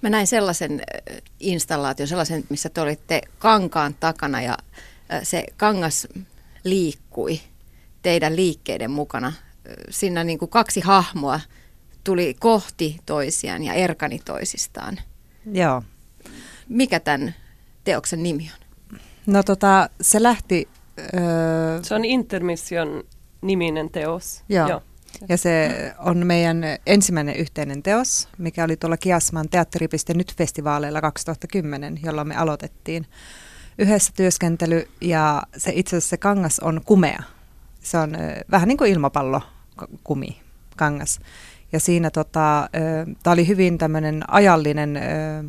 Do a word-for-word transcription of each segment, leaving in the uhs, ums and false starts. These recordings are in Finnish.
Mä näin sellaisen installaation, sellaisen, missä te olitte kankaan takana ja se kangas liikkui teidän liikkeiden mukana. Siinä niin kuin kaksi hahmoa tuli kohti toisiaan ja erkani toisistaan. Joo. Mikä tämän teoksen nimi on? No tota, se lähti... Öö... Se on Intermission niminen teos. Joo. Joo. Ja se on meidän ensimmäinen yhteinen teos, mikä oli tuolla Kiasman teatteri piste nyt-festivaaleilla kaksituhattakymmenen, jolloin me aloitettiin yhdessä työskentely. Ja se itse asiassa se kangas on kumea. Se on ö, vähän niin kuin ilmapallokumi kangas. Ja siinä tota, tämä oli hyvin tämmöinen ajallinen ö,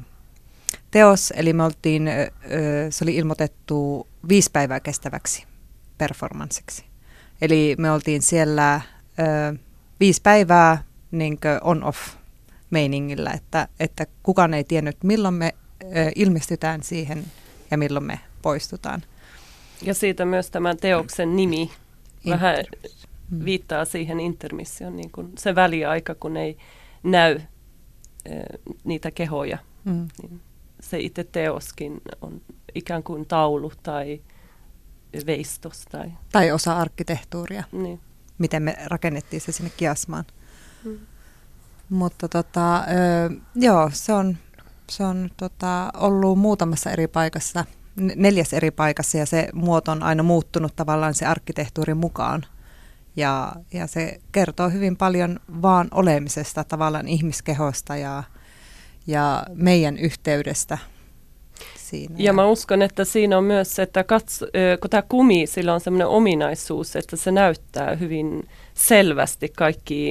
teos, eli me oltiin, ö, se oli ilmoitettu viisi päivää kestäväksi performanssiksi. Eli me oltiin siellä ö, viisi päivää niin on-off meiningillä, että, että kukaan ei tiennyt, milloin me ö, ilmestytään siihen ja milloin me poistutaan. Ja siitä myös tämän teoksen nimi vähän viittaa siihen intermission, niin kuin se väliaika, kun ei näy ö, niitä kehoja. Mm. Niin se itse teoskin on ikään kuin taulu tai veistos. Tai, tai osa arkkitehtuuria, niin. Miten me rakennettiin se sinne Kiasmaan. Mm. Mutta tota, ö, joo, se on, se on tota, ollut muutamassa eri paikassa, neljäs eri paikassa, ja se muoto on aina muuttunut tavallaan se arkkitehtuurin mukaan. Ja, ja se kertoo hyvin paljon vaan olemisesta, tavallaan ihmiskehosta ja, ja meidän yhteydestä siinä. Ja mä uskon, että siinä on myös se, että katso, kun tämä kumi, sillä on sellainen ominaisuus, että se näyttää hyvin selvästi kaikki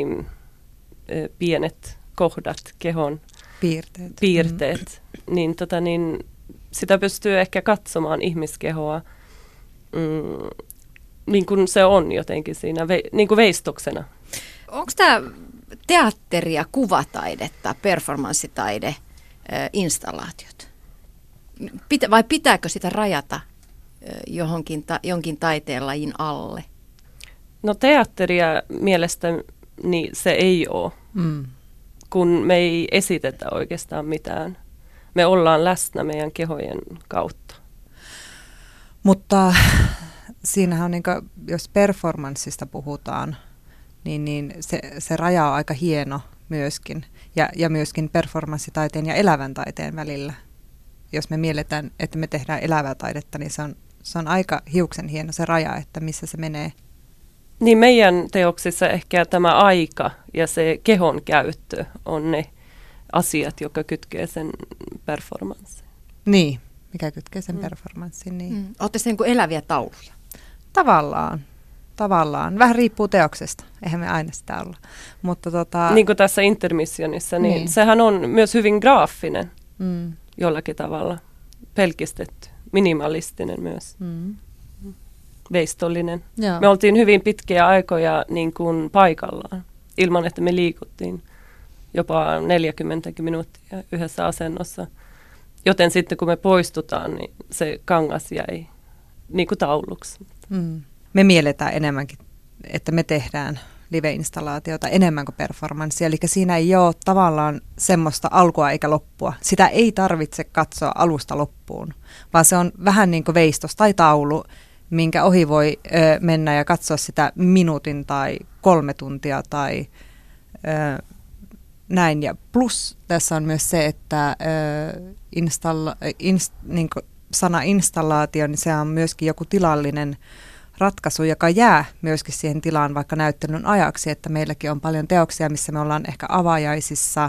pienet kohdat, kehon piirteet, piirteet. Mm. Niin, tota, niin sitä pystyy ehkä katsomaan ihmiskehoa mm, niin kuin se on jotenkin siinä, ve, niin kuin veistoksena. Onko tämä teatteria, kuvataidetta, performanssitaide, äh, installaatiot? Pitä, vai pitääkö sitä rajata äh, johonkin ta, jonkin taiteenlajin alle? No teatteria mielestäni se ei ole, mm. kun me ei esitetä oikeastaan mitään. Me ollaan läsnä meidän kehojen kautta. Mutta siinähän on, niin kuin, jos performanssista puhutaan, niin, niin se, se raja on aika hieno myöskin. Ja, ja myöskin performanssitaiteen ja elävän taiteen välillä. Jos me mielletään, että me tehdään elävää taidetta, niin se on, se on aika hiuksen hieno se raja, että missä se menee. Niin meidän teoksissa ehkä tämä aika ja se kehon käyttö on ne asiat, jotka kytkee sen performanssiin. Niin, mikä kytkee sen mm. performanssiin. Niin. Mm. Olette se niin kuin eläviä tauluja? Tavallaan. Tavallaan. Vähän riippuu teoksesta. Eihän me aina sitä olla. Mutta tota... Niin kuin tässä Intermissionissa, niin, niin sehän on myös hyvin graafinen mm. jollakin tavalla. Pelkistetty. Minimalistinen myös. Mm. Veistollinen. Joo. Me oltiin hyvin pitkiä aikoja niin kuin paikallaan, ilman että me liikuttiin jopa neljäkymmentä minuuttia yhdessä asennossa. Joten sitten kun me poistutaan, niin se kangas jäi niin kuin tauluksi. Mm. Me mielletään enemmänkin, että me tehdään live-installaatiota enemmän kuin performanssia. Eli siinä ei ole tavallaan semmoista alkua eikä loppua. Sitä ei tarvitse katsoa alusta loppuun, vaan se on vähän niin kuin veistos tai taulu, minkä ohi voi ö, mennä ja katsoa sitä minuutin tai kolme tuntia tai ö, näin. Ja plus tässä on myös se, että ö, installa, inst, niin kuin sana installaatio, niin se on myöskin joku tilallinen ratkaisu, joka jää myöskin siihen tilaan vaikka näyttelyn ajaksi, että meilläkin on paljon teoksia, missä me ollaan ehkä avajaisissa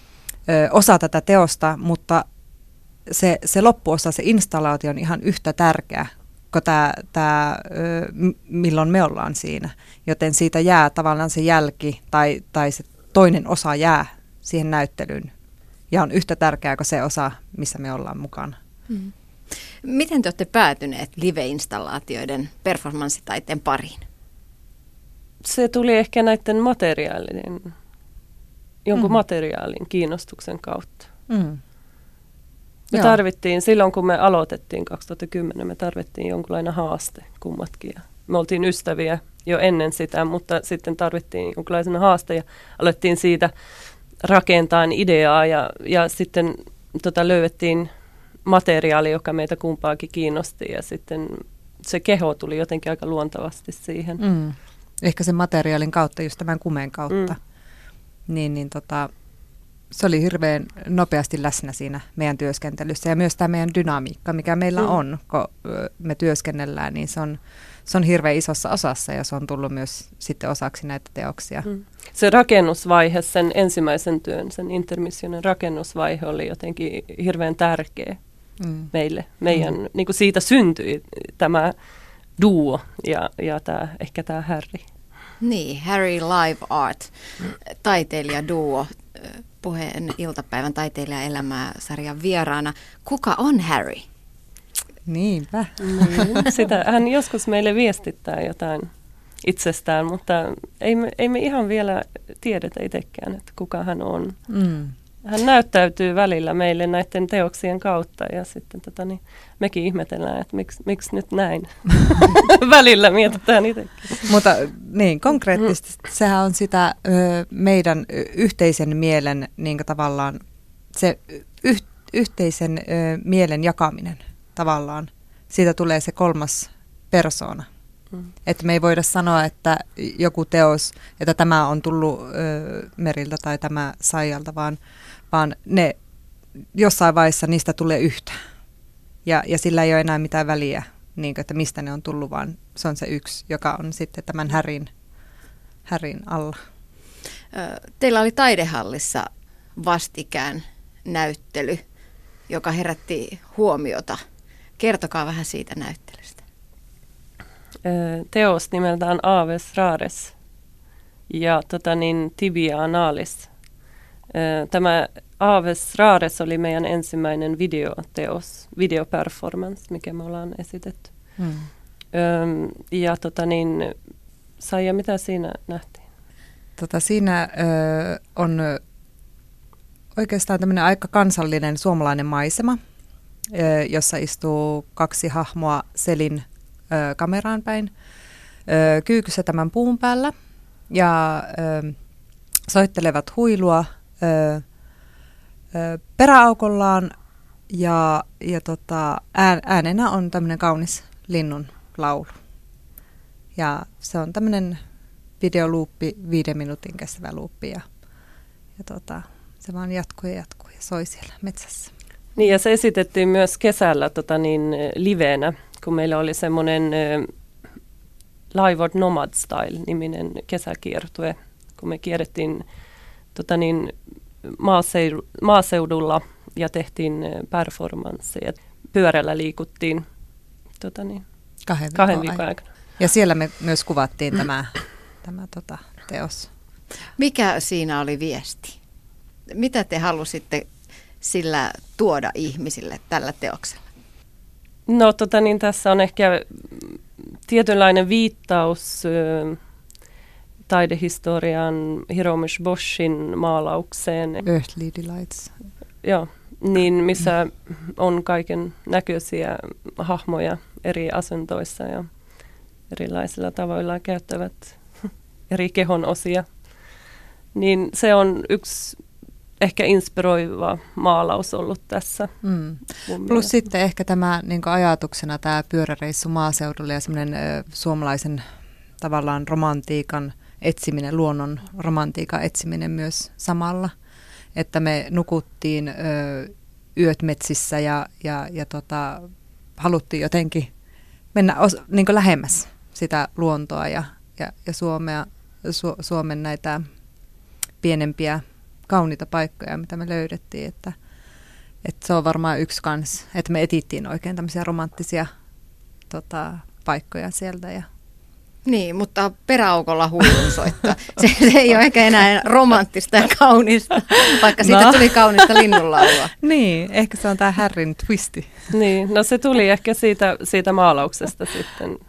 ö, osa tätä teosta, mutta se, se loppuosa, se installaatio on ihan yhtä tärkeä kuin tämä, tämä, milloin me ollaan siinä. Joten siitä jää tavallaan se jälki tai, tai se toinen osa jää siihen näyttelyyn ja on yhtä tärkeää kuin se osa, missä me ollaan mukana. Mm. Miten te olette päätyneet live-installaatioiden performanssitaiteen pariin? Se tuli ehkä näiden materiaalien, jonkun mm. materiaalin kiinnostuksen kautta. Mm. Me Joo. tarvittiin, silloin kun me aloitettiin kaksituhattakymmenen, me tarvittiin jonkunlainen haaste kummatkin. Ja me oltiin ystäviä jo ennen sitä, mutta sitten tarvittiin jonkunlainen haaste ja alettiin siitä rakentamaan ideaa ja, ja sitten tota, löydettiin materiaali, joka meitä kumpaakin kiinnosti ja sitten se keho tuli jotenkin aika luontavasti siihen. Mm. Ehkä sen materiaalin kautta, just tämän kumeen kautta. Mm. Niin, niin tota, se oli hirveän nopeasti läsnä siinä meidän työskentelyssä ja myös tämä meidän dynamiikka, mikä meillä mm. on, kun me työskennellään, niin se on, se on hirveän isossa osassa ja se on tullut myös sitten osaksi näitä teoksia. Mm. Se rakennusvaihe, sen ensimmäisen työn, sen intermissionen rakennusvaihe oli jotenkin hirveän tärkeä mm. meille. Meidän, mm. niin kuin siitä syntyi tämä duo ja, ja tämä, ehkä tämä Harry. Niin, Harry Live Art, taiteilijaduo, Puheen iltapäivän taiteilijaelämää sarjan vieraana. Kuka on Harry? Niinpä. Mm, sitä hän joskus meille viestittää jotain itsestään, mutta ei me, ei me ihan vielä tiedetä itsekään, että kuka hän on. Mm. Hän näyttäytyy välillä meille näiden teoksien kautta ja sitten tota, niin, mekin ihmetellään, että miksi, miksi nyt näin. Välillä mietitään itsekin. Mutta niin, konkreettisesti sehän on sitä ö, meidän yhteisen mielen niin tavallaan, se yh, yhteisen ö, mielen jakaminen tavallaan. Siitä tulee se kolmas persoona. Mm. Että me ei voida sanoa, että joku teos, että tämä on tullut ö, Meriltä tai tämä Saijalta, vaan vaan ne jossain vaiheessa niistä tulee yhtä. Ja, ja sillä ei ole enää mitään väliä, niin kuin, että mistä ne on tullut, vaan se on se yksi, joka on sitten tämän Harryn, Harryn alla. Teillä oli Taidehallissa vastikään näyttely, joka herätti huomiota. Kertokaa vähän siitä näyttelystä. Teos nimeltään Aves Rares ja tota niin, Tibia Analis. Tämä Aves Rares oli meidän ensimmäinen videoteos, videoperformance, mikä me ollaan esitetty. Hmm. Öm, ja tota niin, Saija, mitä siinä nähtiin? Tota, siinä ö, on oikeastaan tämmöinen aika kansallinen suomalainen maisema, ö, jossa istuu kaksi hahmoa selin ö, kameraan päin ö, kyykyssä tämän puun päällä ja ö, soittelevat huilua Öö, öö, peräaukollaan ja, ja tota, ään, äänenä on tämmöinen kaunis linnun laulu. Ja se on tämmöinen videoluuppi, viiden minuutin kestävä luuppi ja, ja tota, se vaan jatkuu ja jatkuu ja soi siellä metsässä. Niin ja se esitettiin myös kesällä tota niin, liveenä, kun meillä oli semmoinen äh, Live Art Nomad Style-niminen kesäkiertue, kun me kierrettiin Tota niin, maaseudulla ja tehtiin performansseja. Pyörällä liikuttiin tota niin, kahden, kahden viikon aikana. Ja siellä me myös kuvattiin tämä, tämä tota, teos. Mikä siinä oli viesti? Mitä te halusitte sillä tuoda ihmisille tällä teoksella? No tota niin, tässä on ehkä tietynlainen viittaus taidehistorian Hiromish Boschin maalaukseen. Earthly Delights. Joo, niin missä on kaiken näköisiä hahmoja eri asentoissa ja erilaisilla tavoilla käyttävät eri kehon osia. Niin se on yksi ehkä inspiroiva maalaus ollut tässä. Mm. Plus mielestä. Sitten ehkä tämä niin kuin ajatuksena tämä pyöräreissu maaseudulle ja semmoinen ö, suomalaisen tavallaan romantiikan etsiminen, luonnon romantiikan etsiminen myös samalla. Että me nukuttiin ö, yöt metsissä ja, ja, ja tota, haluttiin jotenkin mennä os, niin kuin lähemmäs sitä luontoa ja, ja, ja Suomea, Su, Suomen näitä pienempiä kauniita paikkoja, mitä me löydettiin. Että, että se on varmaan yksi kans, että me etittiin oikein tämmöisiä romanttisia tota, paikkoja sieltä ja niin, mutta peräaukolla huilun soittaa. Se, se ei ole ehkä enää romanttista ja kaunista, vaikka siitä no. tuli kaunista linnunlaulua. Niin, ehkä se on tämä Harryn twisti. Niin, no se tuli ehkä siitä, siitä maalauksesta sitten.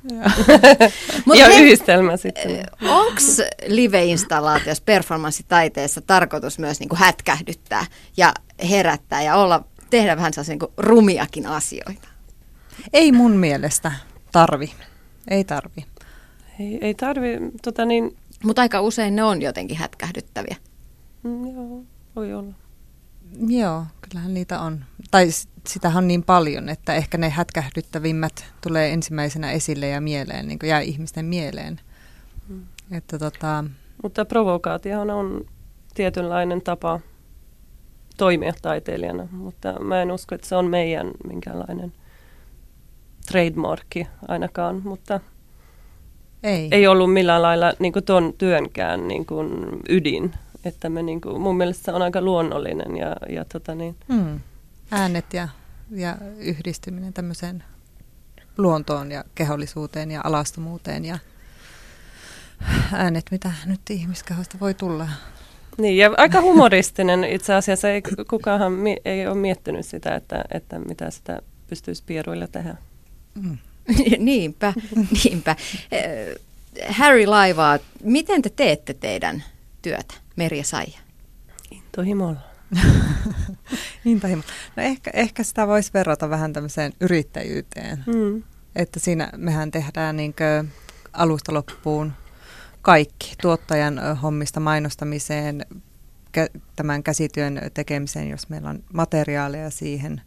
ja he, yhdistelmä sitten. Onko live-installaatiossa, performanssitaiteessa tarkoitus myös niin kuin hätkähdyttää ja herättää ja olla, tehdä vähän sellaisia niin kuin rumiakin asioita? Ei mun mielestä tarvi. Ei tarvi. Ei, ei tarvi, tota niin... Mutta aika usein ne on jotenkin hätkähdyttäviä. Mm, joo. Voi olla. Joo, kyllähän niitä on. Tai sitähän on niin paljon, että ehkä ne hätkähdyttävimmät tulee ensimmäisenä esille ja mieleen, niin kuin jää ihmisten mieleen. Hmm. Että tota... Mutta provokaatiohan on tietynlainen tapa toimia taiteilijana, mutta mä en usko, että se on meidän minkäänlainen trademarkki ainakaan, mutta ei, ei ollut millään lailla niin kuin ton työnkään niin kuin ydin. Että me niin kuin, mun mielestä se on aika luonnollinen ja, ja tota niin. Hmm. Äänet ja, ja yhdistyminen tämmöiseen luontoon ja kehollisuuteen ja alastomuuteen ja äänet, mitä nyt ihmiskehosta voi tulla. Niin, ja aika humoristinen itse asiassa. Ei, kukaanhan mi- ei ole miettinyt sitä, että, että mitä sitä pystyisi pieruilla tehdä. Mm. niinpä, niinpä. Harry Laivaa, miten te teette teidän työtä, Merja Saija? Intohimolla. Intohimolla. No ehkä, ehkä sitä voisi verrata vähän tämmöiseen yrittäjyyteen. Mm. Että siinä mehän tehdään niinkö alusta loppuun kaikki, tuottajan hommista mainostamiseen, kä- tämän käsityön tekemiseen, jos meillä on materiaaleja siihen,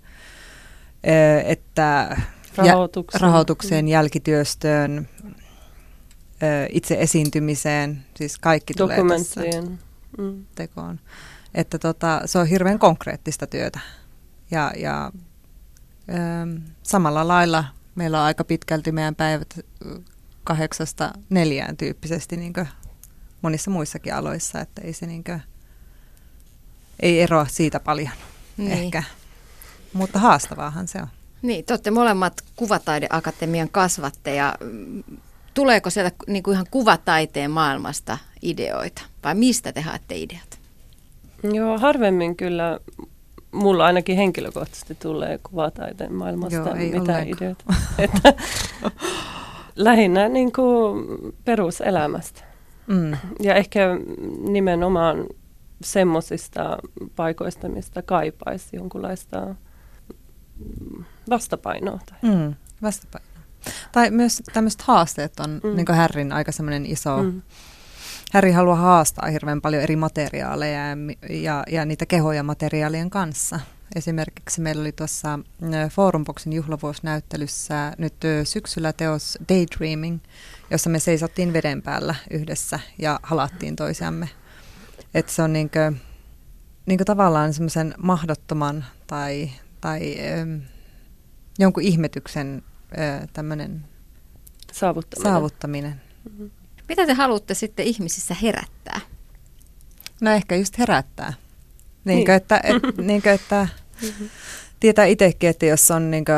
että rahoitukseen, jä- rahoitukseen jälkityöstöön, itse esiintymiseen, siis kaikki tulee tässä mm. tekoon. Että tota, se on hirveän konkreettista työtä. Ja, ja ö, samalla lailla meillä on aika pitkälti meidän päivät kahdeksasta neljään tyyppisesti niin kuin monissa muissakin aloissa, että ei se niin kuin, ei eroa siitä paljon niin. Ehkä, mutta haastavaahan se on. Niin, te olette molemmat Kuvataideakatemian kasvatteja. Tuleeko sieltä niin kuin ihan kuvataiteen maailmasta ideoita vai mistä te haette ideat? Joo, harvemmin kyllä. Mulla ainakin henkilökohtaisesti tulee kuvataiteen maailmasta Joo, ei mitään ideoita. Että lähinnä niin kuin peruselämästä. Mm. Ja ehkä nimenomaan semmoisista paikoista, mistä kaipaisi jonkunlaista vastapainoa. Tai. Mm, vastapainoa. Tai myös tämmöiset haasteet on mm. niin kuin Harryn aika semmoinen iso. Mm. Harry haluaa haastaa hirveän paljon eri materiaaleja ja, ja, ja niitä kehoja materiaalien kanssa. Esimerkiksi meillä oli tuossa Forumboxin juhlavuosnäyttelyssä nyt syksyllä teos Daydreaming, jossa me seisottiin veden päällä yhdessä ja halattiin toisiamme. Että se on niinku, niinku tavallaan semmoisen mahdottoman tai, tai ö, jonkun ihmetyksen ö, tämmöinen saavuttaminen. saavuttaminen. Mm-hmm. Mitä te haluatte sitten ihmisissä herättää? No ehkä just herättää. Niinkö, niin. että, et, niinkö, että mm-hmm. tietää itsekin, että jos on niinkö,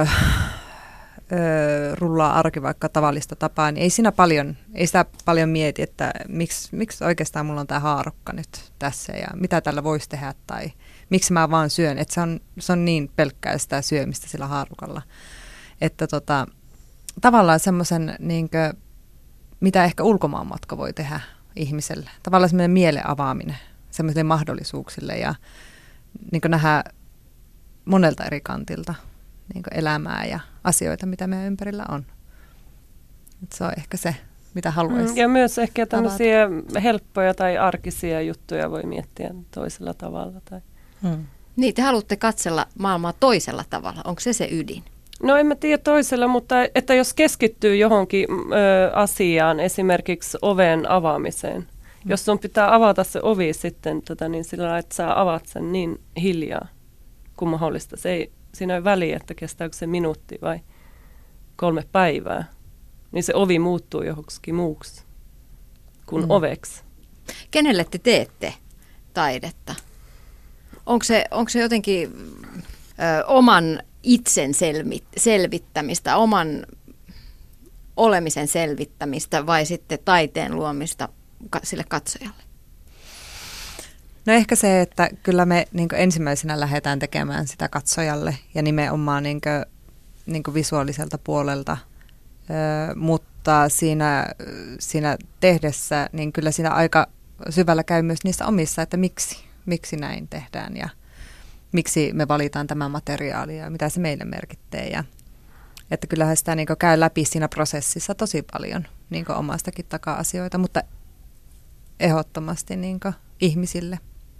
ö, rullaa arki vaikka tavallista tapaa, niin ei siinä paljon, ei sitä paljon mieti, että miksi, miksi oikeastaan mulla on tämä haarukka nyt tässä ja mitä tällä voisi tehdä tai miksi mä vaan syön. Että se on, se on niin pelkkää sitä syömistä sillä haarukalla. Että tota, tavallaan semmoisen niinkö, mitä ehkä ulkomaanmatka voi tehdä ihmiselle. Tavallaan semmoinen mielen avaaminen semmoisille mahdollisuuksille ja niin kuin nähdä monelta eri kantilta niin kuin elämää ja asioita, mitä meidän ympärillä on. Et se on ehkä se, mitä haluaisi. Ja myös ehkä tämmöisiä helppoja tai arkisia juttuja voi miettiä toisella tavalla. Tai. Hmm. Niin, te haluatte katsella maailmaa toisella tavalla. Onko se se ydin? No en mä tiedä toisella, mutta että jos keskittyy johonkin ö, asiaan, esimerkiksi oven avaamiseen, mm. jos sun pitää avata se ovi sitten, tota, niin sillä lailla, että sä avaat sen niin hiljaa kuin mahdollista. Se ei, siinä ei väliä, että kestääkö se minuutti vai kolme päivää, niin se ovi muuttuu johonkin muuksi kuin mm. oveksi. Kenelle te teette taidetta? Onko se, onko se jotenkin ö, oman itsen selvittämistä, oman olemisen selvittämistä vai sitten taiteen luomista sille katsojalle? No ehkä se, että kyllä me niin kuin ensimmäisenä lähdetään tekemään sitä katsojalle ja nimenomaan niin kuin, niin kuin visuaaliselta puolelta, Ö, mutta siinä, siinä tehdessä niin kyllä siinä aika syvällä käy myös niissä omissa, että miksi, miksi näin tehdään ja miksi me valitaan tämä materiaali ja mitä se meille merkittää. Ja, että kyllähän sitä niin kuin käy läpi siinä prosessissa tosi paljon niin kuin omastakin takaa asioita, mutta ehdottomasti niin kuin ihmisille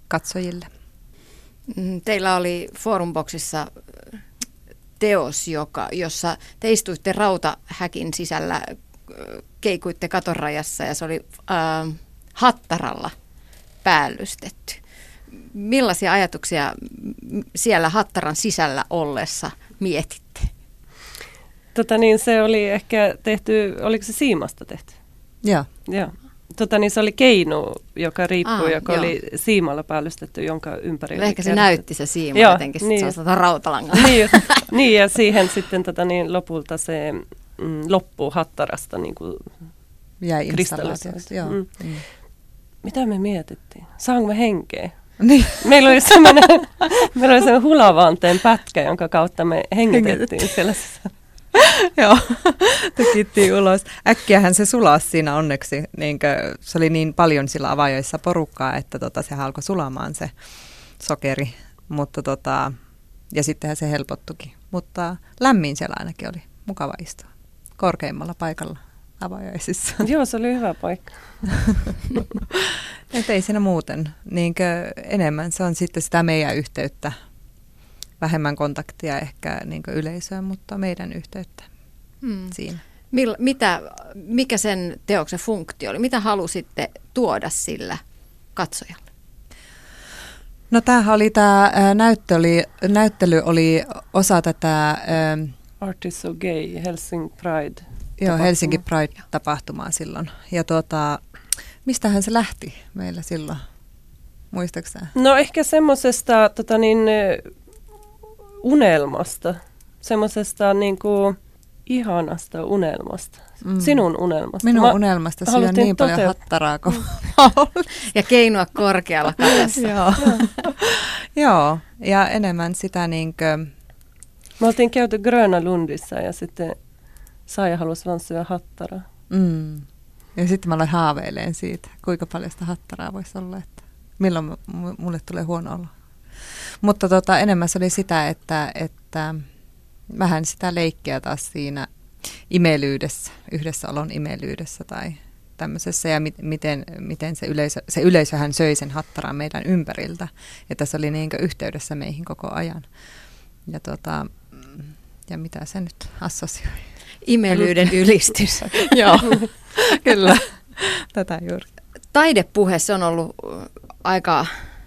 katsojille. Teillä oli Forumboxissa teos, joka, jossa te istuitte rautahäkin sisällä, keikuitte katorajassa ja se oli äh, hattaralla päällystetty. Millaisia ajatuksia siellä hattaran sisällä ollessa mietitte? Tota niin, se oli ehkä tehty, oliko se siimasta tehty? Joo. Joo. Tota niin, se oli keinu, joka riippui, Ah, joka joo. oli siimalla päällystetty, jonka ympärillä. Ehkä se kerrottu. näytti se siima Joo, jotenkin, niin. se on sitä rautalangalla. niin, niin, ja siihen sitten tota niin, lopulta se mm, loppuu hattarasta niin kuin Jäi kristallisoitu. installaatioksi. Joo. Mm. Mm. Mitä me mietittiin? Saanko me henkeä? Niin. Meillä oli semmoinen, meillä oli semmoinen hulavaanteen pätkä, jonka kautta me hengitettiin siellä sisällä. Joo, tekittiin ulos. Äkkiähän se sulasi siinä onneksi. Niinkö, se oli niin paljon sillä avajoissa porukkaa, että tota, sehän alkoi sulamaan se sokeri. Mutta tota, ja sittenhän se helpottukin. Mutta lämmin siellä ainakin oli. Mukava istua. Korkeimmalla paikalla avajaisissa. Joo, se oli hyvä paikka. Et ei siinä muuten. Niinkö, enemmän se on sitten sitä meidän yhteyttä. Vähemmän kontaktia ehkä niinkö yleisöön, mutta meidän yhteyttä Hmm. siinä. Mil, mitä, mikä sen teoksen funktio oli? Mitä halusitte tuoda sillä katsojalle? No tämähän oli tämä näyttely oli, näyttely oli osa tätä ä, Art is so gay, Helsinki Pride. joo, Helsinki Pride-tapahtumaa silloin. Ja tuota, mistähän se lähti meillä silloin? Muistatko sä? No ehkä semmoisesta tota niin, unelmasta, semmoisesta niin kuin ihanasta unelmasta, mm. sinun unelmasta. Minun Mä unelmasta syö niin paljon toteut- hattaraa kuin Ja keinua korkealla katossa. Joo. Joo, ja enemmän sitä niinkö, Me oltiin käyty Gröna Lundissa ja sitten Saija halusi vaan syödä hattaraa. mm. ja sitten mä aloin haaveileen siitä, kuinka paljon sitä hattaraa voisi olla, että milloin m- mulle tulee huono olo. Mutta tota, enemmän se oli sitä, että, että vähän sitä leikkiä taas siinä imelyydessä, yhdessäolon imelyydessä tai tämmöisessä ja mi- miten, miten se, yleisö, se yleisöhän söi sen hattaran meidän ympäriltä, että se oli niinkö yhteydessä meihin koko ajan. Ja, tota, ja mitä se nyt assosioi? Imelyyden ylistys. Joo, kyllä. Tätä juuri. Taidepuhe, se on ollut aika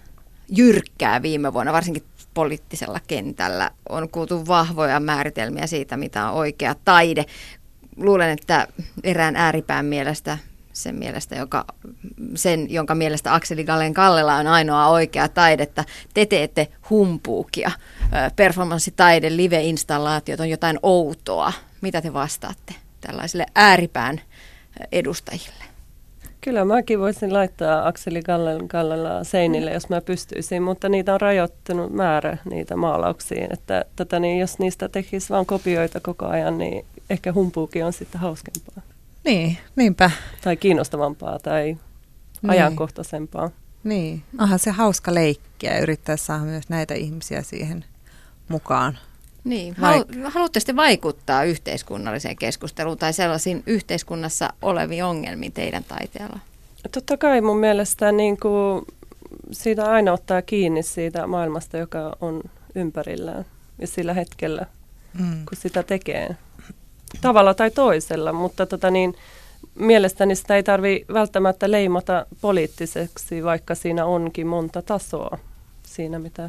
jyrkkää viime vuonna, varsinkin poliittisella kentällä. On kuultu vahvoja määritelmiä siitä, mitä on oikea taide. Luulen, että erään ääripään mielestä, sen mielestä, joka, sen, jonka mielestä Akseli Gallen-Kallela on ainoa oikea taidetta. Te teette humpuukia. Performanssitaide, live-installaatiot on jotain outoa. Mitä te vastaatte tällaisille ääripään edustajille? Kyllä mäkin voisin laittaa Akseli Gallen-Kallela seinille, jos mä pystyisin, mutta niitä on rajoittunut määrä niitä maalauksiin. Että tota, niin jos niistä tekisi vaan kopioita koko ajan, niin ehkä humpuukin on sitten hauskempaa. Niin, niinpä. Tai kiinnostavampaa tai Niin. ajankohtaisempaa. Niin, onhan se hauska leikkiä ja yrittää saada myös näitä ihmisiä siihen mukaan. Niin, Vaik- halu- haluatte sitten vaikuttaa yhteiskunnalliseen keskusteluun tai sellaisiin yhteiskunnassa oleviin ongelmiin teidän taiteella? Totta kai mun mielestä niin kuin siitä aina ottaa kiinni siitä maailmasta, joka on ympärillään ja sillä hetkellä, Mm. kun sitä tekee tavalla tai toisella, mutta tota niin, mielestäni sitä ei tarvitse välttämättä leimata poliittiseksi, vaikka siinä onkin monta tasoa siinä, mitä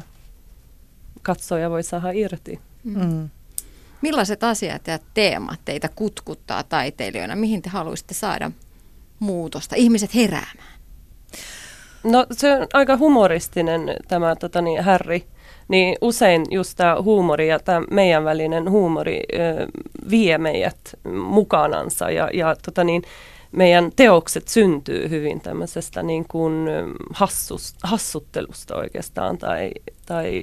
katsoja voi saada irti. Mm. Millaiset asiat ja teemat teitä kutkuttaa taiteilijoina? Mihin te haluaisitte saada muutosta, ihmiset heräämään? No se on aika humoristinen tämä tota niin, Harry. Niin usein just tämä huumori ja tämä meidän välinen huumori ö, vie meidät mukanansa ja, ja tota niin, meidän teokset syntyy hyvin tämmöisestä niin kuin hassus, hassuttelusta oikeastaan tai, tai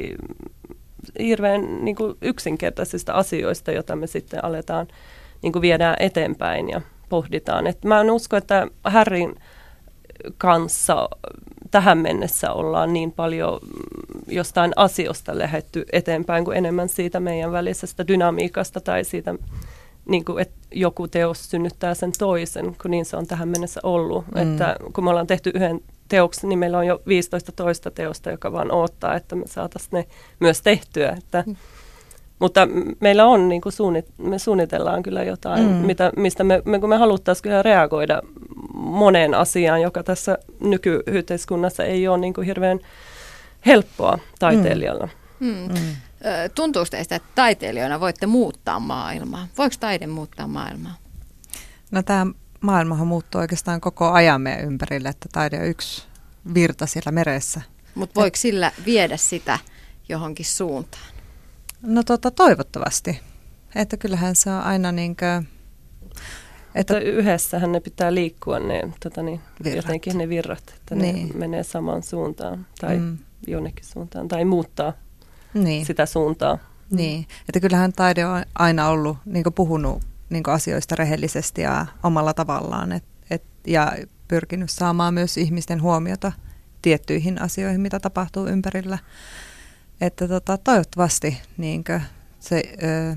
hirveän niin kuin yksinkertaisista asioista, joita me sitten aletaan niin kuin viedään eteenpäin ja pohditaan. Et mä en usko, että Harryn kanssa tähän mennessä ollaan niin paljon jostain asioista lähdetty eteenpäin kuin enemmän siitä meidän välisestä dynamiikasta tai siitä, niin kuin, että joku teos synnyttää sen toisen, kun niin se on tähän mennessä ollut. Mm. Että kun me ollaan tehty yhden teoksi, niin meillä on jo viisitoista toista teosta, joka vaan odottaa, että me saataisiin ne myös tehtyä. Että, mm. Mutta meillä on, niin kuin suunnit, me suunnitellaan kyllä jotain, mm. mitä, mistä me, me, kun me haluttaisiin kyllä reagoida moneen asiaan, joka tässä nykyyhteiskunnassa ei ole niin kuin hirveän helppoa taiteilijalla. Mm. Mm. Tuntuuko teistä, että taiteilijoina voitte muuttaa maailmaa? Voiko taide muuttaa maailmaa? No tämä maailmahan muuttuu oikeastaan koko ajan meidän ympärille, että taide on yksi virta siellä meressä. Mutta voiko Et... sillä viedä sitä johonkin suuntaan? No tota, toivottavasti. Että kyllähän se on aina niin kuin... Että yhdessähän ne pitää liikkua ne, tota niin, jotenkin ne virrat, että niin. ne menee samaan suuntaan tai mm. jonnekin suuntaan tai muuttaa niin. sitä suuntaa. Niin, että kyllähän taide on aina ollut niin kuin puhunut niin kuin asioista rehellisesti ja omalla tavallaan et, et, ja pyrkinyt saamaan myös ihmisten huomiota tiettyihin asioihin, mitä tapahtuu ympärillä. Että tota, toivottavasti niin kuin se... Ö,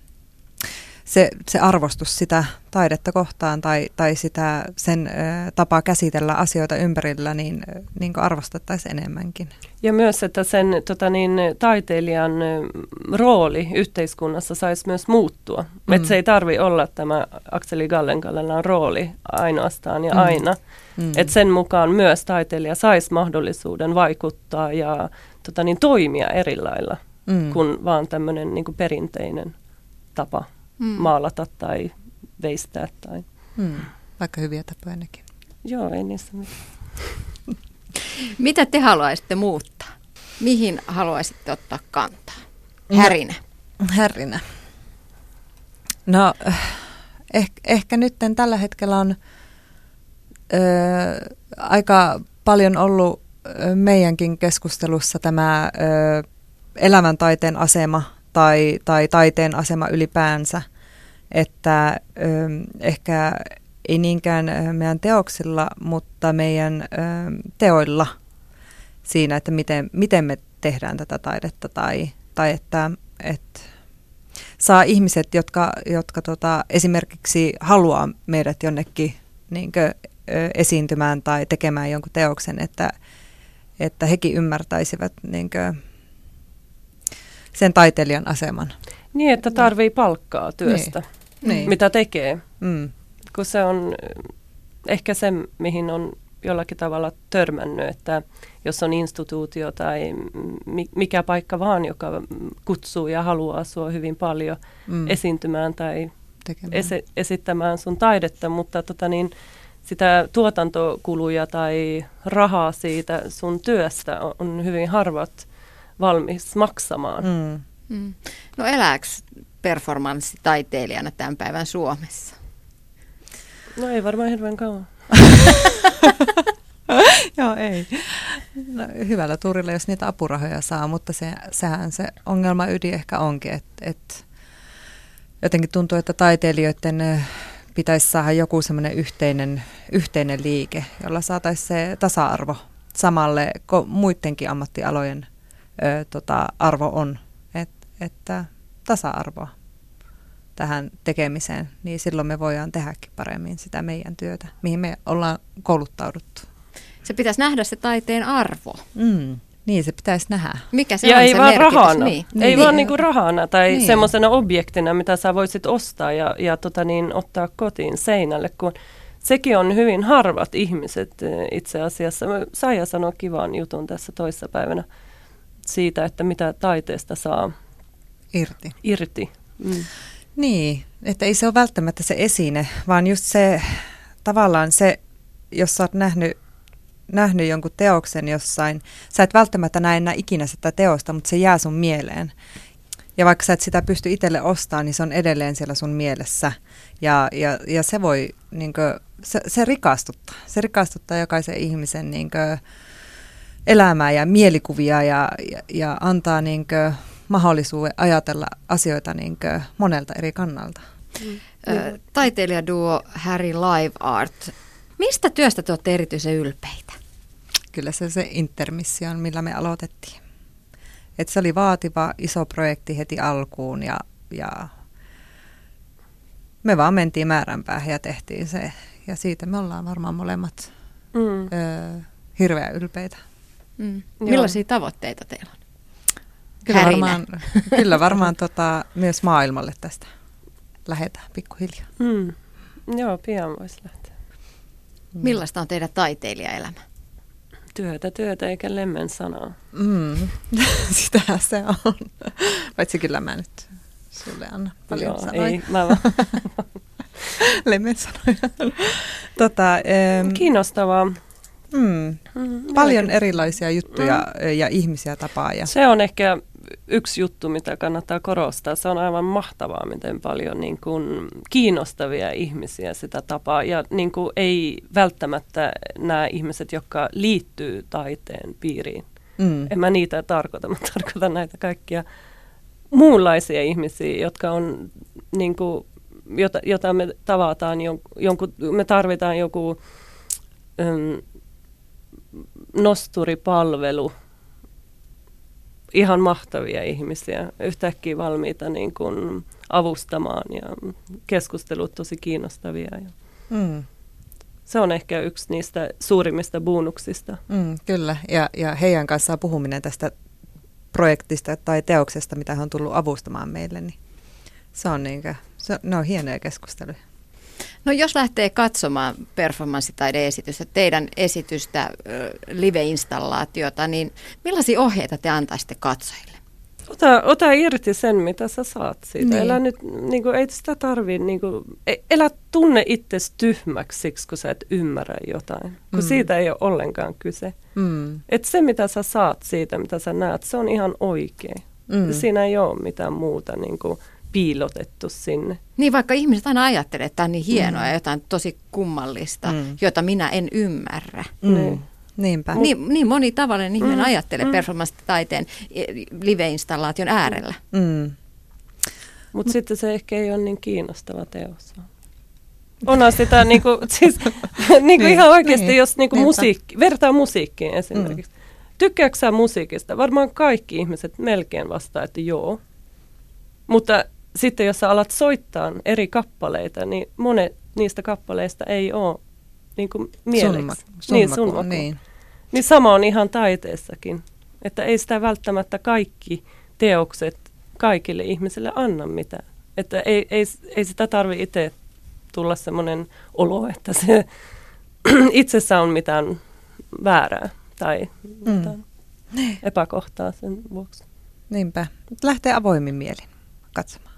Se, se arvostus sitä taidetta kohtaan tai, tai sitä, sen ö, tapaa käsitellä asioita ympärillä, niin, niin kuin arvostettaisiin enemmänkin. Ja myös, että sen tota niin, taiteilijan rooli yhteiskunnassa saisi myös muuttua. Mm. Että se ei tarvitse olla tämä Akseli Gallen-Kallelan rooli ainoastaan ja mm. aina. Mm. Että sen mukaan myös taiteilija saisi mahdollisuuden vaikuttaa ja tota niin, toimia eri lailla mm. kuin vaan tämmöinen niin kuin perinteinen tapa. Mm. maalata tai veistää. Tai. Mm. Vaikka hyviä tapoja nekin. Joo, ei niissä mitään. Mitä te haluaisitte muuttaa? Mihin haluaisitte ottaa kantaa? Härinä. No, härinä. No, ehkä, ehkä nyt tällä hetkellä on ö, aika paljon ollut ö, meidänkin keskustelussa tämä ö, elämäntaiteen asema Tai, tai taiteen asema ylipäänsä, että ö, ehkä ei niinkään meidän teoksilla, mutta meidän ö, teoilla siinä, että miten, miten me tehdään tätä taidetta tai, tai että, että saa ihmiset, jotka, jotka tota, esimerkiksi haluaa meidät jonnekin niinkö, ö, esiintymään tai tekemään jonkun teoksen, että, että hekin ymmärtäisivät niinkö, sen taiteilijan aseman. Niin, että tarvii palkkaa työstä, niin. mitä tekee. Mm. Kun se on ehkä se, mihin on jollakin tavalla törmännyt, että jos on instituutio tai mikä paikka vaan, joka kutsuu ja haluaa sua hyvin paljon mm. esiintymään tai esi- esittämään sun taidetta, mutta tota niin, sitä tuotantokuluja tai rahaa siitä sun työstä on hyvin harvat valmis maksamaan. Mm. Mm. No elääkö performanssitaiteilijana tämän päivän Suomessa? No ei varmaan hirveän kauan. Joo, ei. No, hyvällä tuurilla, jos niitä apurahoja saa, mutta se, sehän se ongelma ydin ehkä onkin, että et jotenkin tuntuu, että taiteilijoiden pitäisi saada joku semmoinen yhteinen, yhteinen liike, jolla saataisiin se tasa-arvo samalle kuin muidenkin ammattialojen Ö, tota, arvo on, Et, että tasa-arvoa tähän tekemiseen, niin silloin me voidaan tehdäkin paremmin sitä meidän työtä, mihin me ollaan kouluttauduttu. Se pitäisi nähdä se taiteen arvo. Mm, niin, se pitäisi nähdä. Mikä se ja on ei se vaan merkitys? rahana. Niin. Ei niin. vaan niinku rahana tai niin. semmoisena objektina, mitä sä voisit ostaa ja, ja tota niin, ottaa kotiin seinälle, kun sekin on hyvin harvat ihmiset itse asiassa. Saija sanoi kivan jutun tässä toissapäivänä siitä, että mitä taiteesta saa irti. irti. Mm. Niin, että ei se ole välttämättä se esine, vaan just se tavallaan se, jos sä oot nähnyt, nähnyt jonkun teoksen jossain, sä et välttämättä näe enää ikinä sitä teosta, mutta se jää sun mieleen. Ja vaikka sä et sitä pysty itselle ostamaan, niin se on edelleen siellä sun mielessä. Ja, ja, ja se voi, niin kuin, se, se rikastuttaa. Se rikastuttaa jokaisen ihmisen niin kuin, elämää ja mielikuvia ja, ja, ja antaa niin kuin, mahdollisuuden ajatella asioita niin kuin, monelta eri kannalta. Mm. Ö, taiteilijaduo Harry Live Art. Mistä työstä te olette erityisen ylpeitä? Kyllä se se intermission, millä me aloitettiin. Et se oli vaativa, iso projekti heti alkuun ja, ja me vaan mentiin määränpäähän ja tehtiin se. Ja siitä me ollaan varmaan molemmat mm. ö, hirveän ylpeitä. Mm. Millaisia tavoitteita teillä on? Kyllä varmaan, kyllä varmaan tota, myös maailmalle tästä lähdetään pikkuhiljaa. Mm. Joo, pian voisi lähteä. Millaista on teidän taiteilijaelämä? Työtä, työtä eikä lemmen sanaa. Mm. Sitähän se on. Paitsi kyllä mä nyt sulle anna paljon Joo, sanoja. ei, mä vaan. Lemmen sanoja. tota, ähm, Kiinnostavaa. Mm. Mm, paljon erilaisia juttuja mm. ja ihmisiä tapaa. Ja. Se on ehkä yksi juttu, mitä kannattaa korostaa. Se on aivan mahtavaa, miten paljon niin kuin kiinnostavia ihmisiä sitä tapaa. Ja niin kuin ei välttämättä nämä ihmiset, jotka liittyy taiteen piiriin. Mm. En mä niitä tarkoita, mä tarkoitan näitä kaikkia muunlaisia ihmisiä, jotka on, niin kuin, jota, jota me tavataan, jonkun, me tarvitaan joku um, nosturipalvelu. Ihan mahtavia ihmisiä, yhtäkkiä valmiita niin kuin avustamaan ja keskustelut tosi kiinnostavia. Mm. Se on ehkä yksi niistä suurimmista bonuksista. Mm, kyllä, ja, ja heidän kanssaan puhuminen tästä projektista tai teoksesta, mitä he on tullut avustamaan meille, niin se on, niin kuin, se, ne on hienoja keskusteluja. No jos lähtee katsomaan performanssitaide-esitystä, teidän esitystä, live-installaatiota, niin millaisia ohjeita te antaisitte katsojille? Ota, ota irti sen, mitä sä saat siitä. Niin. Elä nyt, niin kuin, ei sitä tarvitse, niin kuin, elä tunne itsesi tyhmäksi siksi, kun sä et ymmärrä jotain. Kun mm. siitä ei ole ollenkaan kyse. Mm. Et se, mitä sä saat siitä, mitä sä näet, se on ihan oikein. Mm. Siinä ei ole mitään muuta niin kuin, piilotettu sinne. Niin, vaikka ihmiset aina ajattelee, että tämä on niin hienoa mm. ja jotain tosi kummallista, mm. jota minä en ymmärrä. Mm. Niinpä. Niin, niin moni tavallinen ihminen mm. ajattelee mm. performance-taiteen live-installaation äärellä. Mm. Mutta sitten se ehkä ei ole niin kiinnostava teos. Onhan sitä niinku, siis, niinku niin, ihan oikeasti, niin, jos niinku musiikki, vertaa musiikkiin esimerkiksi. Mm. Tykkääkö sä musiikista? Varmaan kaikki ihmiset melkein vastaa, että joo. Mutta sitten jos sä alat soittaa eri kappaleita, niin monet niistä kappaleista ei ole niin kuin mieleksi. Sun, sun niin, sun sun niin. niin sama on ihan taiteessakin. Että ei sitä välttämättä kaikki teokset kaikille ihmisille anna mitään. Että ei, ei, ei sitä tarvitse itse tulla semmoinen olo, että se itsessä on mitään väärää tai mm. mitään epäkohtaa sen vuoksi. Niinpä. Lähtee avoimin mielin katsomaan.